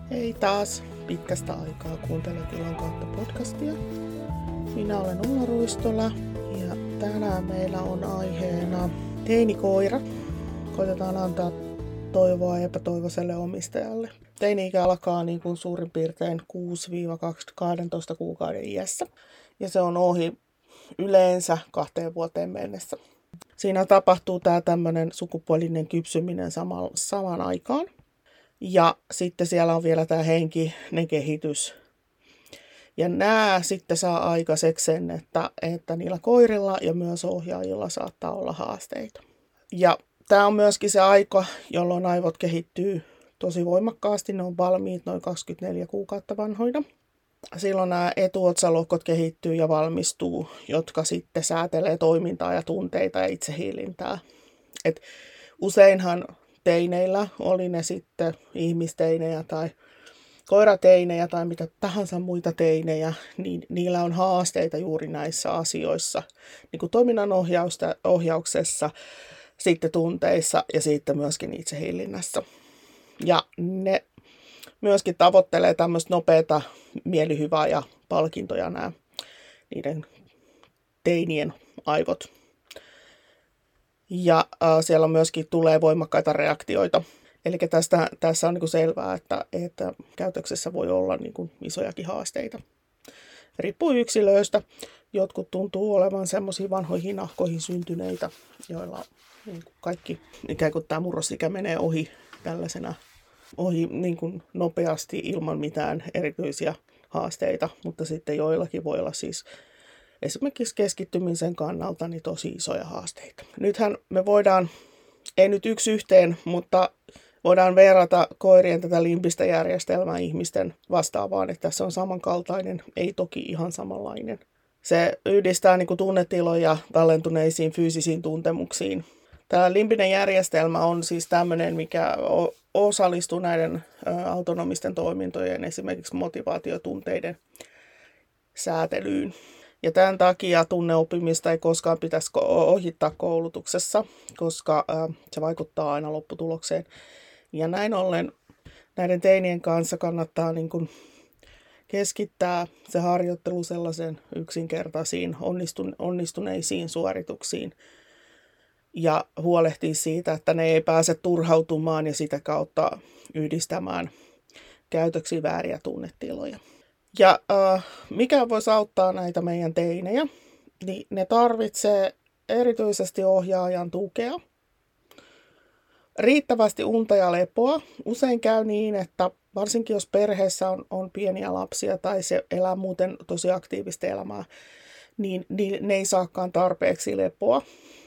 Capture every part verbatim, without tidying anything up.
Hei taas, pitkästä aikaa kuuntelet Ilon kautta podcastia. Minä olen Ulla Ruistola ja tänään meillä on aiheena teinikoira. Koitetaan antaa toivoa epätoivoiselle omistajalle. Teini-ikä alkaa niin kuin suurin piirtein kuusi kaksitoista kuukauden iässä ja se on ohi yleensä kahteen vuoteen mennessä. Siinä tapahtuu tämä tämmöinen sukupuolinen kypsyminen sama, samaan aikaan. Ja sitten siellä on vielä tämä henkinen kehitys. Ja nämä sitten saa aikaiseksi sen, että, että niillä koirilla ja myös ohjaajilla saattaa olla haasteita. Ja tämä on myöskin se aika, jolloin aivot kehittyy tosi voimakkaasti. Ne on valmiit noin kaksikymmentäneljä kuukautta vanhoina. Silloin nämä etuotsalohkot kehittyy ja valmistuu, jotka sitten säätelee toimintaa ja tunteita ja itsehillintää. Et useinhan teineillä, oli ne sitten ihmisteinejä tai koirateinejä tai mitä tahansa muita teinejä, niin niillä on haasteita juuri näissä asioissa, niin kuin toiminnan ohjauksessa, sitten tunteissa ja sitten myöskin itsehillinnässä. Ja ne myöskin tavoittelee tämmöistä nopeata mielihyvää ja palkintoja nämä niiden teinien aivot. Ja äh, siellä myöskin tulee voimakkaita reaktioita. Eli tästä, tässä on niin kuin selvää, että, että käytöksessä voi olla niin kuin isojakin haasteita. Riippuu yksilöistä. Jotkut tuntuu olevan semmoisiin vanhoihin nahkoihin syntyneitä, joilla niin kuin kaikki ikään kuin tämä murrosikä menee ohi tällaisena ohi niin kuin nopeasti ilman mitään erityisiä haasteita. Mutta sitten joillakin voi olla siis esimerkiksi keskittymisen kannalta niin tosi isoja haasteita. Nythän me voidaan, ei nyt yksi yhteen, mutta voidaan verrata koirien tätä limbistä järjestelmää ihmisten vastaavaan, että se on samankaltainen, ei toki ihan samanlainen. Se yhdistää niin kuin tunnetiloja tallentuneisiin fyysisiin tuntemuksiin. Tämä limbinen järjestelmä on siis tämmöinen, mikä osallistuu näiden autonomisten toimintojen, esimerkiksi motivaatiotunteiden säätelyyn. Ja tämän takia tunneoppimista ei koskaan pitäisi ohittaa koulutuksessa, koska se vaikuttaa aina lopputulokseen. Ja näin ollen näiden teinien kanssa kannattaa niin kuin keskittää se harjoittelu sellaisen yksinkertaisiin onnistuneisiin suorituksiin ja huolehtia siitä, että ne ei pääse turhautumaan ja sitä kautta yhdistämään käytöksiin vääriä tunnetiloja. Ja äh, mikä voisi auttaa näitä meidän teinejä, niin ne tarvitsee erityisesti ohjaajan tukea. Riittävästi unta ja lepoa. Usein käy niin, että varsinkin jos perheessä on, on pieniä lapsia tai se elää muuten tosi aktiivista elämää, niin, niin ne ei saakaan tarpeeksi lepoa.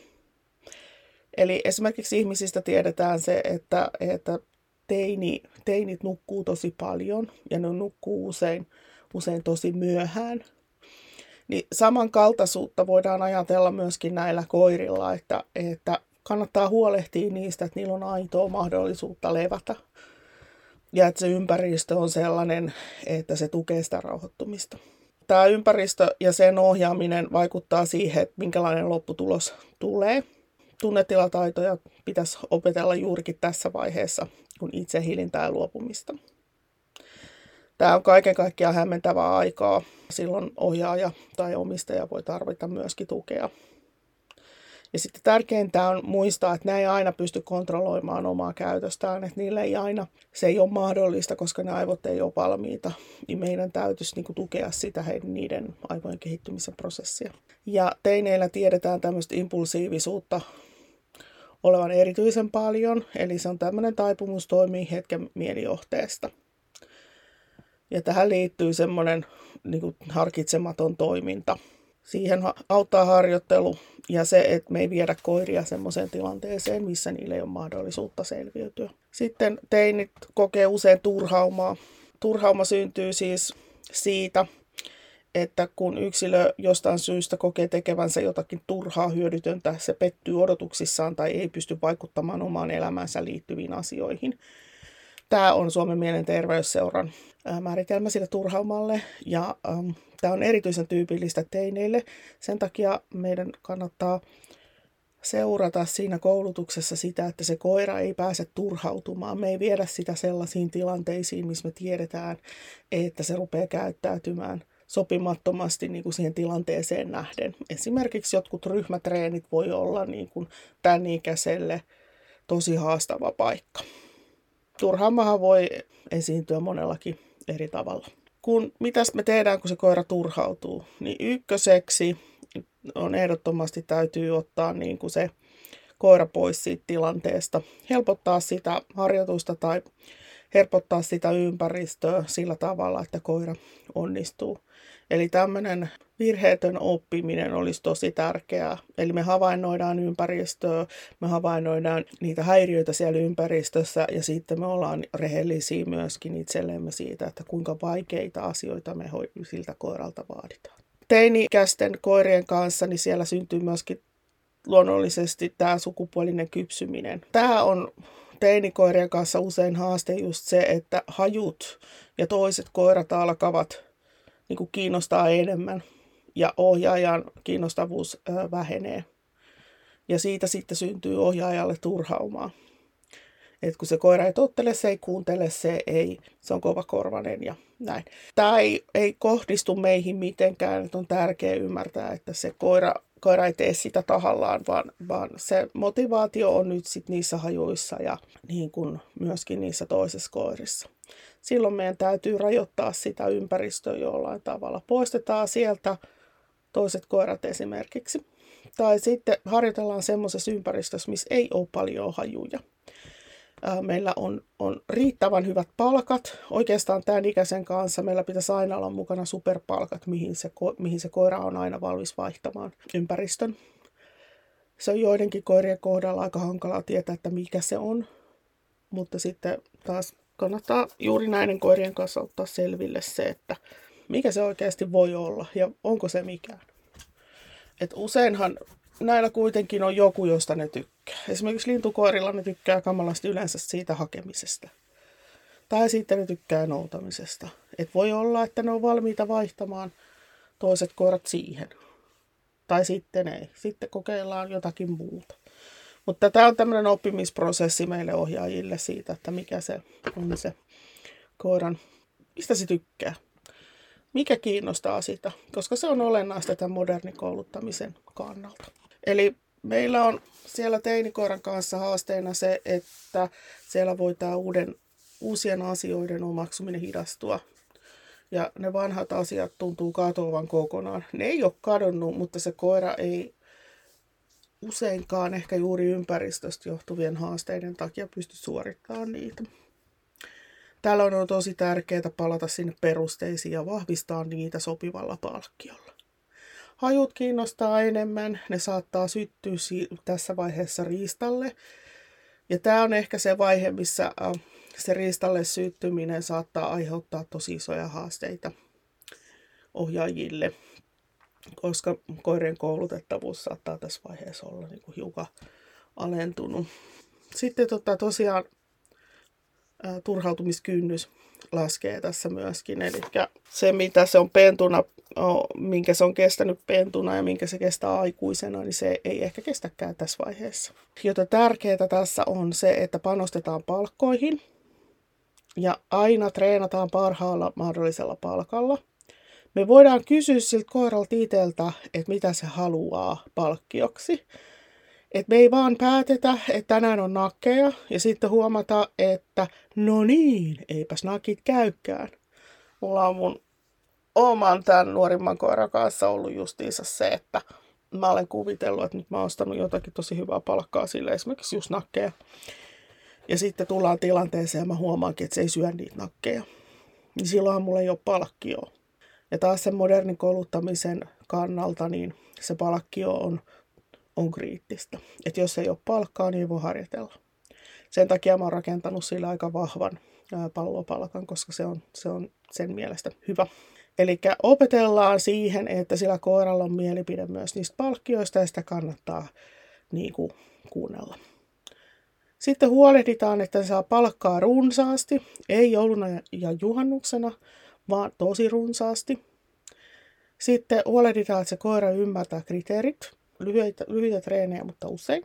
Eli esimerkiksi ihmisistä tiedetään se, että, että teini, teinit nukkuu tosi paljon ja ne nukkuu usein, usein tosi myöhään. Niin samankaltaisuutta voidaan ajatella myöskin näillä koirilla, että, että kannattaa huolehtia niistä, että niillä on aitoa mahdollisuutta levätä. Ja että se ympäristö on sellainen, että se tukee sitä rauhoittumista. Tämä ympäristö ja sen ohjaaminen vaikuttaa siihen, että minkälainen lopputulos tulee. Tunnetilataitoja pitäisi opetella juurikin tässä vaiheessa, kun itsehillintää ja luopumista. Tämä on kaiken kaikkiaan hämmentävää aikaa. Silloin ohjaaja tai omistaja voi tarvita myöskin tukea. Ja sitten tärkeintä on muistaa, että nämä ei aina pysty kontrolloimaan omaa käytöstään. Että niille ei aina, se ei ole mahdollista, koska ne aivot ei ole valmiita. Niin meidän täytyisi niin kuin tukea sitä heidän, niiden aivojen kehittymisen prosessia. Ja teineillä tiedetään tämmöistä impulsiivisuutta olevan erityisen paljon. Eli se on tämmöinen taipumus toimii hetken mielijohteesta. Ja tähän liittyy semmoinen niin kuin harkitsematon toiminta. Siihen auttaa harjoittelu ja se, että me ei viedä koiria semmoiseen tilanteeseen, missä niillä ei ole mahdollisuutta selviytyä. Sitten teinit kokee usein turhaumaa. Turhauma syntyy siis siitä, että kun yksilö jostain syystä kokee tekevänsä jotakin turhaa hyödytöntä, se pettyy odotuksissaan tai ei pysty vaikuttamaan omaan elämäänsä liittyviin asioihin. Tämä on Suomen mielenterveysseuran määritelmä sille turhaumalle ja ähm, tämä on erityisen tyypillistä teineille. Sen takia meidän kannattaa seurata siinä koulutuksessa sitä, että se koira ei pääse turhautumaan. Me ei viedä sitä sellaisiin tilanteisiin, missä me tiedetään, että se rupeaa käyttäytymään sopimattomasti niin kuin siihen tilanteeseen nähden. Esimerkiksi jotkut ryhmätreenit voi olla niin kuin tämän ikäiselle tosi haastava paikka. Turhaamahan voi esiintyä monellakin eri tavalla. Kun, mitäs me tehdään, kun se koira turhautuu? Niin ykköseksi on ehdottomasti täytyy ottaa niin kuin se koira pois siitä tilanteesta. Helpottaa sitä harjoitusta tai helpottaa sitä ympäristöä sillä tavalla, että koira onnistuu. Eli tämmöinen virheetön oppiminen olisi tosi tärkeää. Eli me havainnoidaan ympäristöä, me havainnoidaan niitä häiriöitä siellä ympäristössä ja sitten me ollaan rehellisiä myöskin itsellemme siitä, että kuinka vaikeita asioita me siltä koiralta vaaditaan. Teini-ikäisten koirien kanssa niin siellä syntyy myöskin luonnollisesti tämä sukupuolinen kypsyminen. Tämä on teinikoirien kanssa usein haaste just se, että hajut ja toiset koirat alkavat niin kuin kiinnostaa enemmän ja ohjaajan kiinnostavuus ö, vähenee. Ja siitä sitten syntyy ohjaajalle turhaumaa. Et kun se koira ei tottele, se ei kuuntele, se ei, se on kovakorvainen ja näin. Tämä ei, ei kohdistu meihin mitenkään, että on tärkeää ymmärtää, että se koira, koira ei tee sitä tahallaan, vaan, vaan se motivaatio on nyt sit niissä hajuissa ja niin kuin myöskin niissä toisissa koirissa. Silloin meidän täytyy rajoittaa sitä ympäristöä jollain tavalla. Poistetaan sieltä toiset koirat esimerkiksi. Tai sitten harjoitellaan semmoisessa ympäristössä, missä ei ole paljon hajuja. Meillä on, on riittävän hyvät palkat. Oikeastaan tämän ikäisen kanssa meillä pitäisi aina olla mukana superpalkat, mihin se, mihin se koira on aina valmis vaihtamaan ympäristön. Se on joidenkin koirien kohdalla aika hankalaa tietää, että mikä se on. Mutta sitten taas kannattaa juuri näiden koirien kanssa ottaa selville se, että mikä se oikeasti voi olla ja onko se mikään. Et useinhan näillä kuitenkin on joku, josta ne tykkää. Esimerkiksi lintukoirilla ne tykkää kamalasti yleensä siitä hakemisesta. Tai sitten ne tykkää noutamisesta. Et voi olla, että ne on valmiita vaihtamaan toiset koirat siihen. Tai sitten ei. Sitten kokeillaan jotakin muuta. Mutta tämä on tämmöinen oppimisprosessi meille ohjaajille siitä, että mikä se on se koiran, mistä se tykkää. Mikä kiinnostaa sitä, koska se on olennaista tämän modernin kouluttamisen kannalta. Eli meillä on siellä teinikoiran kanssa haasteena se, että siellä voi tämä uuden, uusien asioiden omaksuminen hidastua. Ja ne vanhat asiat tuntuu katoavan kokonaan. Ne ei ole kadonnut, mutta se koira ei useinkaan ehkä juuri ympäristöstä johtuvien haasteiden takia pysty suorittamaan niitä. Täällä on tosi tärkeää palata sinne perusteisiin ja vahvistaa niitä sopivalla palkkiolla. Hajut kiinnostaa enemmän, ne saattaa syttyä tässä vaiheessa riistalle. Ja tämä on ehkä se vaihe, missä se riistalle syttyminen saattaa aiheuttaa tosi isoja haasteita ohjaajille, koska koirien koulutettavuus saattaa tässä vaiheessa olla niin kuin hiukan alentunut. Sitten tota, tosiaan ä, turhautumiskynnys laskee tässä myöskin. Eli se, mitä se on pentuna, minkä se on kestänyt pentuna ja minkä se kestää aikuisena, niin se ei ehkä kestäkään tässä vaiheessa. Joten tärkeää tässä on se, että panostetaan palkkoihin ja aina treenataan parhaalla mahdollisella palkalla. Me voidaan kysyä siltä koiralta itseltä, että mitä se haluaa palkkioksi. Et me ei vaan päätetä, että tänään on nakkeja ja sitten huomata, että no niin, eipäs nakit käykään. Mulla on mun oman tämän nuorimman koiran kanssa ollut justiinsa se, että mä olen kuvitellut, että nyt mä oon ostanut jotakin tosi hyvää palkkaa sille, esimerkiksi just nakkeja. Ja sitten tullaan tilanteeseen ja mä huomaankin, että se ei syö niitä nakkeja. Niin silloinhan mulla ei ole palkkioa. Ja taas sen modernin kouluttamisen kannalta, niin se palkkio on, on kriittistä. Että jos ei ole palkkaa, niin ei voi harjoitella. Sen takia mä oon rakentanut sillä aika vahvan ää, pallopalkan, koska se on, se on sen mielestä hyvä. Eli opetellaan siihen, että sillä koiralla on mielipide myös niistä palkkioista ja sitä kannattaa niin kuin, kuunnella. Sitten huolehditaan, että saa palkkaa runsaasti, ei jouluna ja juhannuksena, vaan tosi runsaasti. Sitten huolehditaan, että se koira ymmärtää kriteerit. lyhyitä, lyhyitä treenejä, mutta usein.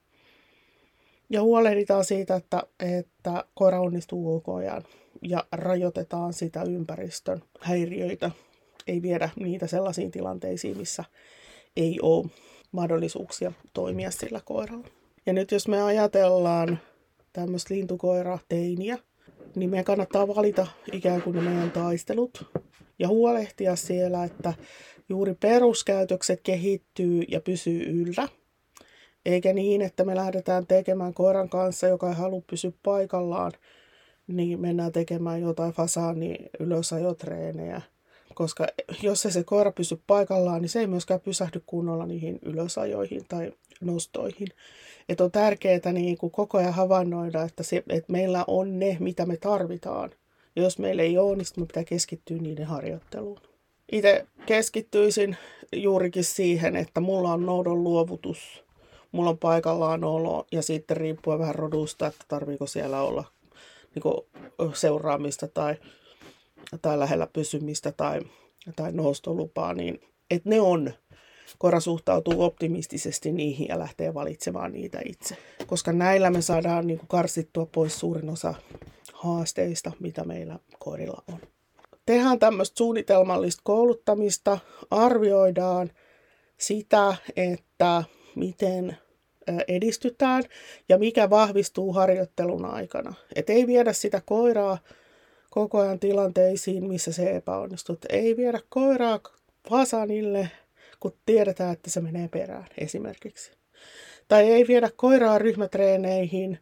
Ja huolehditaan siitä, että, että koira onnistuu koko ajan ja rajoitetaan sitä ympäristön häiriöitä. Ei viedä niitä sellaisiin tilanteisiin, missä ei ole mahdollisuuksia toimia sillä koiralla. Ja nyt jos me ajatellaan tämmöistä lintukoiraa, teiniä, niin meidän kannattaa valita ikään kuin ne meidän taistelut ja huolehtia siellä, että juuri peruskäytökset kehittyy ja pysyy yllä. Eikä niin, että me lähdetään tekemään koiran kanssa, joka ei halua pysyä paikallaan, niin mennään tekemään jotain fasaani ylösajotreenejä. Koska jos ei se koira pysy paikallaan, niin se ei myöskään pysähdy kunnolla niihin ylösajoihin tai nostoihin. Että on tärkeää niin kuin koko ajan havainnoida, että, se, että meillä on ne, mitä me tarvitaan. Ja jos meillä ei ole, niin sitten me pitää keskittyä niiden harjoitteluun. Itse keskittyisin juurikin siihen, että mulla on noudon luovutus, mulla on paikallaan olo ja sitten riippuen vähän rodusta, että tarviiko siellä olla niin kuin seuraamista tai, tai lähellä pysymistä tai, tai noustolupaa, niin että ne on. Koira suhtautuu optimistisesti niihin ja lähtee valitsemaan niitä itse. Koska näillä me saadaan niin kuin karsittua pois suurin osa haasteista, mitä meillä koirilla on. Tehdään tämmöistä suunnitelmallista kouluttamista, arvioidaan sitä, että miten edistytään ja mikä vahvistuu harjoittelun aikana. Et ei viedä sitä koiraa koko ajan tilanteisiin, missä se epäonnistuu. Et ei viedä koiraa fasanille, kun tiedetään, että se menee perään esimerkiksi. Tai ei viedä koiraa ryhmätreeneihin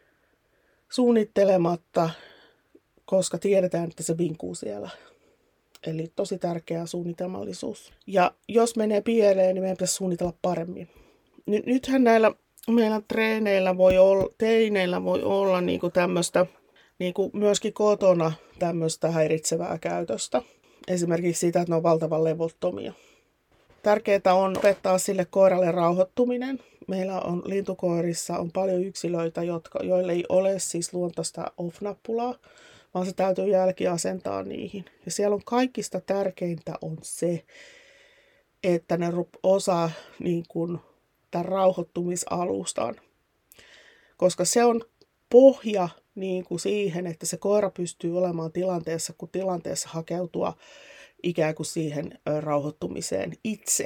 suunnittelematta, koska tiedetään, että se vinkuu siellä. Eli tosi tärkeä suunnitelmallisuus. Ja jos menee pieleen, niin meidän pitäisi suunnitella paremmin. Nythän näillä meillä treeneillä voi olla, teineillä voi olla niinku tämmöistä, niinku myöskin kotona tämmöistä häiritsevää käytöstä. Esimerkiksi sitä, että ne on valtavan levottomia. Tärkeää on opettaa sille koiralle rauhoittuminen. Meillä on lintukoirissa on paljon yksilöitä, jotka, joille ei ole siis luontaista off-nappulaa, vaan se täytyy jälkiasentaa niihin. Ja siellä on kaikista tärkeintä on se, että ne osaa niin kuin, tämän rauhoittumisalustan. Koska se on pohja niin kuin siihen, että se koira pystyy olemaan tilanteessa, kun tilanteessa hakeutua ikään kuin siihen rauhoittumiseen itse.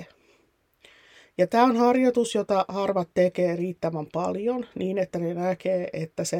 Ja tämä on harjoitus, jota harvat tekee riittävän paljon niin, että ne näkee, että se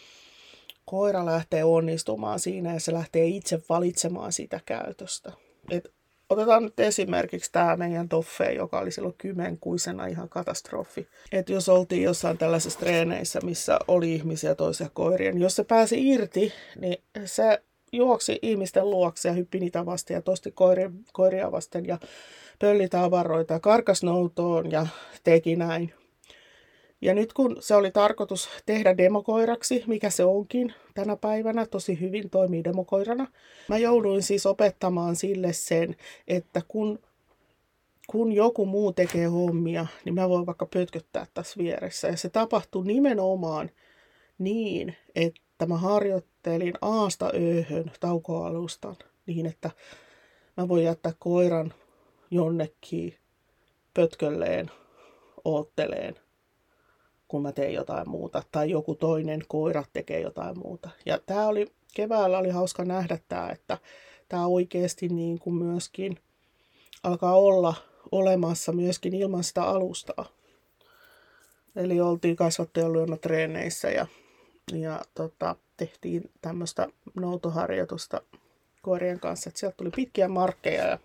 koira lähtee onnistumaan siinä ja se lähtee itse valitsemaan sitä käytöstä. Et otetaan nyt esimerkiksi tämä meidän Toffe, joka oli silloin kymmenkuisena ihan katastrofi. Että jos oltiin jossain tällaisessa treeneissä, missä oli ihmisiä toisia koiria, niin jos se pääsi irti, niin se juoksi ihmisten luokse ja hyppi niitä vasten ja tosti koiria, koiria vasten ja pölli tavaroita ja karkas noutoon ja teki näin. Ja nyt kun se oli tarkoitus tehdä demokoiraksi, mikä se onkin tänä päivänä, tosi hyvin toimii demokoirana, mä jouduin siis opettamaan sille sen, että kun, kun joku muu tekee hommia, niin mä voin vaikka pötköttää tässä vieressä. Ja se tapahtui nimenomaan niin, että mä harjoittelin aasta ööhön taukoalustan niin, että mä voin jättää koiran jonnekin pötkölleen, ootteleen, kun mä teen jotain muuta, tai joku toinen koira tekee jotain muuta. Ja tää oli, keväällä oli hauska nähdä tää, että tää oikeasti niin kuin myöskin alkaa olla olemassa myöskin ilman sitä alustaa. Eli oltiin kasvattajan lyömätreeneissä ja, ja tota, tehtiin tämmöistä noutoharjoitusta koirien kanssa. Et sieltä tuli pitkiä markkeja ja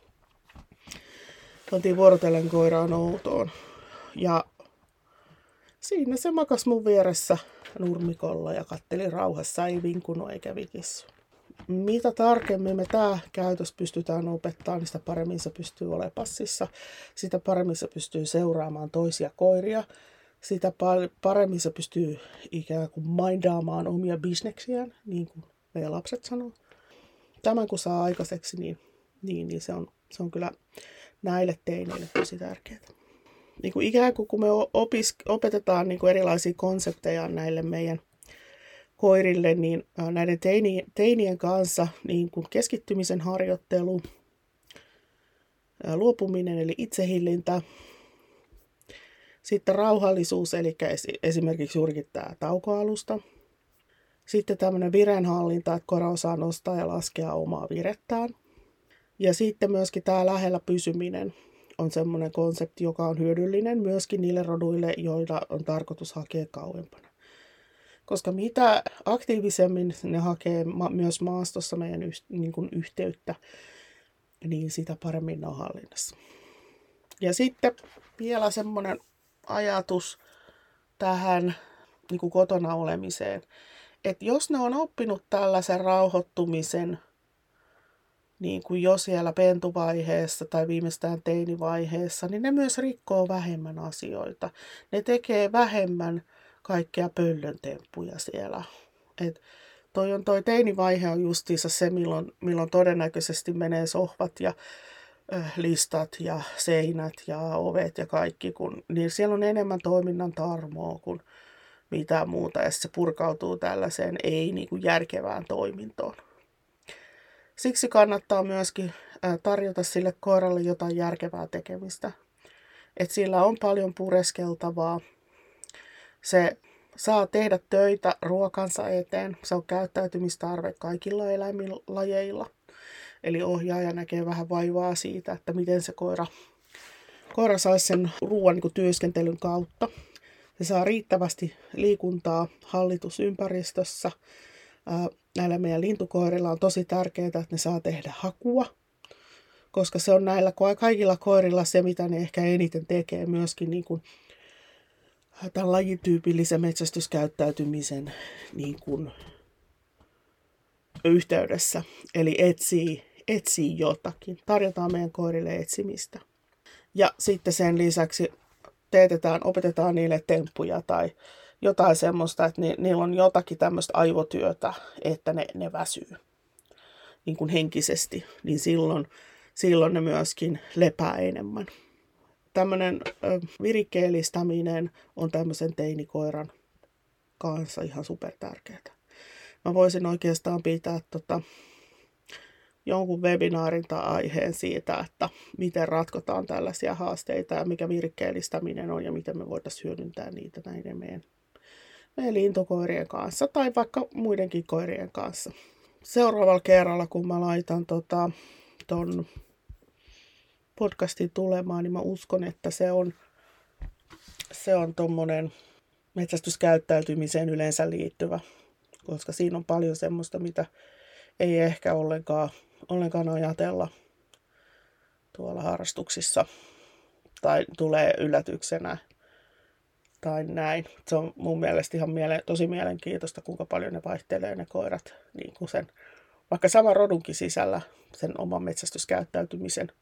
oltiin vuorotellen koiraa noutoon. Ja siinä se makas mun vieressä nurmikolla ja katteli rauhassa, ei vinkunut eikä vikissyt. Mitä tarkemmin me tämä käytös pystytään opettamaan, niin sitä paremmin se pystyy olemaan passissa. Sitä paremmin se pystyy seuraamaan toisia koiria. Sitä paremmin se pystyy ikään kuin mindaamaan omia bisneksiään, niin kuin meidän lapset sanoo. Tämän kun saa aikaiseksi, niin, niin, niin se, on, se on kyllä näille teineille tosi tärkeää. Niin kuin ikään kuin kun me opis, opetetaan niin kuin erilaisia konsepteja näille meidän koirille, niin näiden teini, teinien kanssa niin kuin keskittymisen harjoittelu, luopuminen eli itsehillintä, Sitten rauhallisuus, eli esimerkiksi juurikin tämä taukoalusta. Sitten tämmöinen virenhallinta, että koira osaa nostaa ja laskea omaa virettään. Ja sitten myöskin tämä lähellä pysyminen on semmoinen konsepti, joka on hyödyllinen myöskin niille roduille, joilla on tarkoitus hakea kauempana. Koska mitä aktiivisemmin ne hakee ma- myös maastossa meidän y- niin kuin yhteyttä, niin sitä paremmin ne on hallinnassa. Ja sitten vielä semmoinen ajatus tähän niin kuin kotona olemiseen. Että jos ne on oppinut tällaisen rauhoittumisen niin kuin jo siellä pentuvaiheessa tai viimeistään teinivaiheessa, niin ne myös rikkoo vähemmän asioita. Ne tekee vähemmän kaikkea pöllöntemppuja siellä. Et toi, on, toi teinivaihe on justiinsa se, milloin, milloin todennäköisesti menee sohvat ja äh, listat ja seinät ja ovet ja kaikki. Kun, niin siellä on enemmän toiminnan tarmoa kuin mitään muuta, ja se purkautuu tällaiseen ei niin kuin järkevään toimintoon. Siksi kannattaa myöskin tarjota sille koiralle jotain järkevää tekemistä. Et sillä on paljon pureskeltavaa. Se saa tehdä töitä ruokansa eteen. Se on käyttäytymistarve kaikilla eläinlajeilla. Eli ohjaaja näkee vähän vaivaa siitä, että miten se koira, koira saisi sen ruoan niin kuin työskentelyn kautta. Se saa riittävästi liikuntaa hallitusympäristössä. Näillä meidän lintukoirilla on tosi tärkeää, että ne saa tehdä hakua, koska se on näillä kaikilla koirilla se, mitä ne ehkä eniten tekee myöskin niin kuin tämän lajityypillisen metsästyskäyttäytymisen niin kuin yhteydessä. Eli etsii, etsii jotakin. Tarjotaan meidän koirille etsimistä. Ja sitten sen lisäksi teetetään, opetetaan niille temppuja tai jotain semmoista, että ni, niillä on jotakin tämmöistä aivotyötä, että ne, ne väsyy niin kuin henkisesti, niin silloin, silloin ne myöskin lepää enemmän. Tämmöinen ö, virikkeellistäminen on tämmöisen teinikoiran kanssa ihan super tärkeää. Mä voisin oikeastaan pitää tota, jonkun webinaarin tai aiheen siitä, että miten ratkotaan tällaisia haasteita ja mikä virikkeellistäminen on ja miten me voitaisiin hyödyntää niitä näiden meidän meidän lintukoirien kanssa tai vaikka muidenkin koirien kanssa. Seuraavalla kerralla, kun mä laitan tota, ton podcastin tulemaan, niin mä uskon, että se on, se on tommonen metsästyskäyttäytymiseen yleensä liittyvä, koska siinä on paljon semmoista, mitä ei ehkä ollenkaan, ollenkaan ajatella tuolla harrastuksissa tai tulee yllätyksenä. Tai näin. Se on mun mielestä ihan miele- tosi mielenkiintoista, kuinka paljon ne vaihtelee ne koirat, niin kuin sen, vaikka saman rodunkin sisällä sen oman metsästyskäyttäytymisen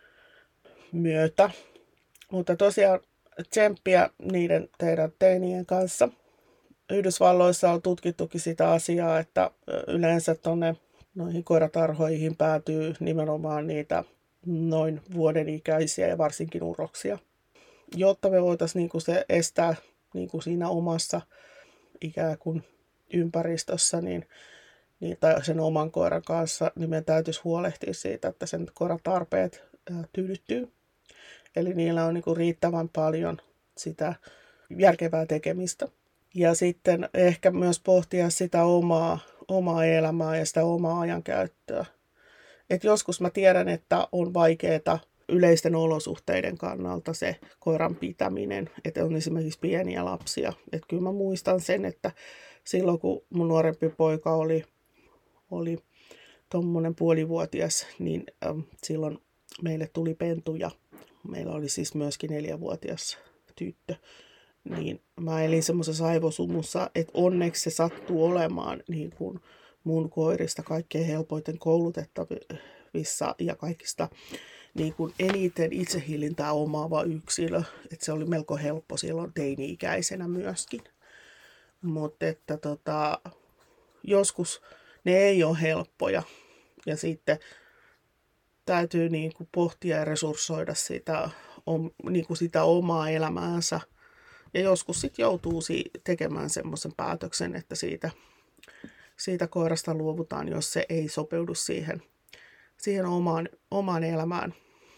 myötä. Mutta tosiaan tsemppiä niiden teidän teinien kanssa. Yhdysvalloissa on tutkittukin sitä asiaa, että yleensä tonne noihin koiratarhoihin päätyy nimenomaan niitä noin vuoden ikäisiä ja varsinkin uroksia. Jotta me voitaisiin niin kuin se estää niin kuin siinä omassa ikään kuin ympäristössä niin, niin, tai sen oman koiran kanssa, niin meidän täytyisi huolehtia siitä, että sen koiran tarpeet ää, tyydyttyy. Eli niillä on niin kuin riittävän paljon sitä järkevää tekemistä. Ja sitten ehkä myös pohtia sitä omaa, omaa elämää ja sitä omaa ajankäyttöä. Et joskus mä tiedän, että on vaikeaa yleisten olosuhteiden kannalta se koiran pitäminen, että on esimerkiksi pieniä lapsia. Että kyllä mä muistan sen, että silloin kun mun nuorempi poika oli, oli tommonen puolivuotias, niin äh, silloin meille tuli pentu ja meillä oli siis myöskin neljävuotias tyttö. Niin mä elin semmoisessa aivosumussa, että onneksi se sattuu olemaan niin kuin mun koirista kaikkein helpoiten koulutettavissa ja kaikista niin kuin eniten itsehillintää omaava yksilö. Että se oli melko helppo silloin teini-ikäisenä myöskin. Mutta että tota, joskus ne ei ole helppoja. Ja sitten täytyy niin kuin pohtia ja resurssoida sitä, niin kuin sitä omaa elämäänsä. Ja joskus sitten joutuu tekemään semmoisen päätöksen, että siitä, siitä koirasta luovutaan, jos se ei sopeudu siihen, siihen omaan, omaan elämään.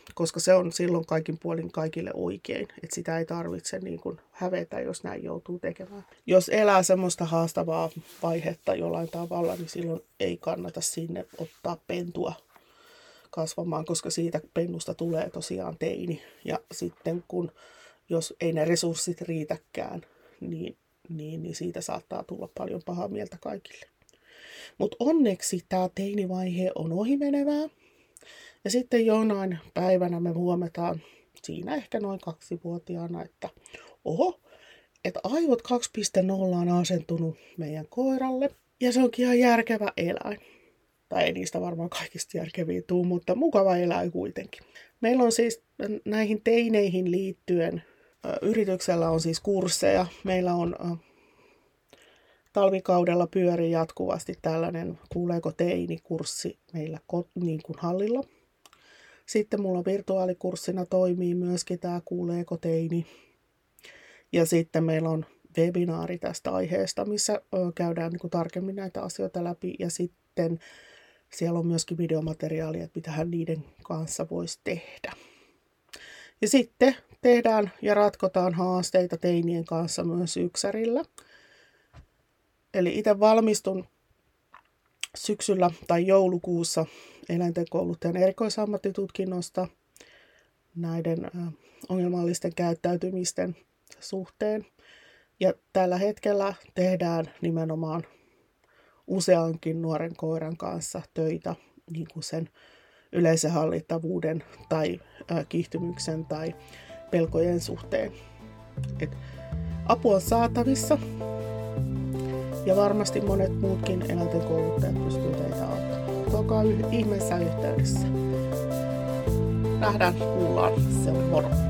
koska se on silloin kaikin puolin kaikille oikein, että sitä ei tarvitse niin kuin hävetä, jos näin joutuu tekemään. Jos elää semmoista haastavaa vaihetta jollain tavalla, niin silloin ei kannata sinne ottaa pentua kasvamaan, koska siitä pennusta tulee tosiaan teini. Ja sitten kun, jos ei ne resurssit riitäkään, niin, niin, niin siitä saattaa tulla paljon pahaa mieltä kaikille. Mutta onneksi tämä teinivaihe on ohimenevää. Ja sitten jonain päivänä me huomataan, siinä ehkä noin kaksivuotiaana, että oho, että aivot kaksi piste nolla on asentunut meidän koiralle. Ja se onkin ihan järkevä eläin. Tai ei niistä varmaan kaikista järkeviä tuu, mutta mukava eläin kuitenkin. Meillä on siis näihin teineihin liittyen, yrityksellä on siis kursseja. Meillä on talvikaudella pyörii jatkuvasti tällainen Kuuleeko teini-kurssi meillä niin kuin hallilla. Sitten mulla virtuaalikurssina toimii myöskin tämä Kuuleeko teini. Ja sitten meillä on webinaari tästä aiheesta, missä käydään niin kuin tarkemmin näitä asioita läpi. Ja sitten siellä on myöskin videomateriaalia, että mitähän niiden kanssa voisi tehdä. Ja sitten tehdään ja ratkotaan haasteita teinien kanssa myös yksärillä. Eli itse valmistun syksyllä tai joulukuussa eläintenkouluttajan erikoisammattitutkinnosta näiden ongelmallisten käyttäytymisten suhteen. Ja tällä hetkellä tehdään nimenomaan useankin nuoren koiran kanssa töitä niin kuin sen yleisen hallittavuuden tai kiihtymyksen tai pelkojen suhteen. Et apu on saatavissa ja varmasti monet muutkin eläintenkouluttajat pystyvät teitä auttamaan. Olkaa ihmeessä yhteydessä. Nähdään, kuullaan. Se on moro.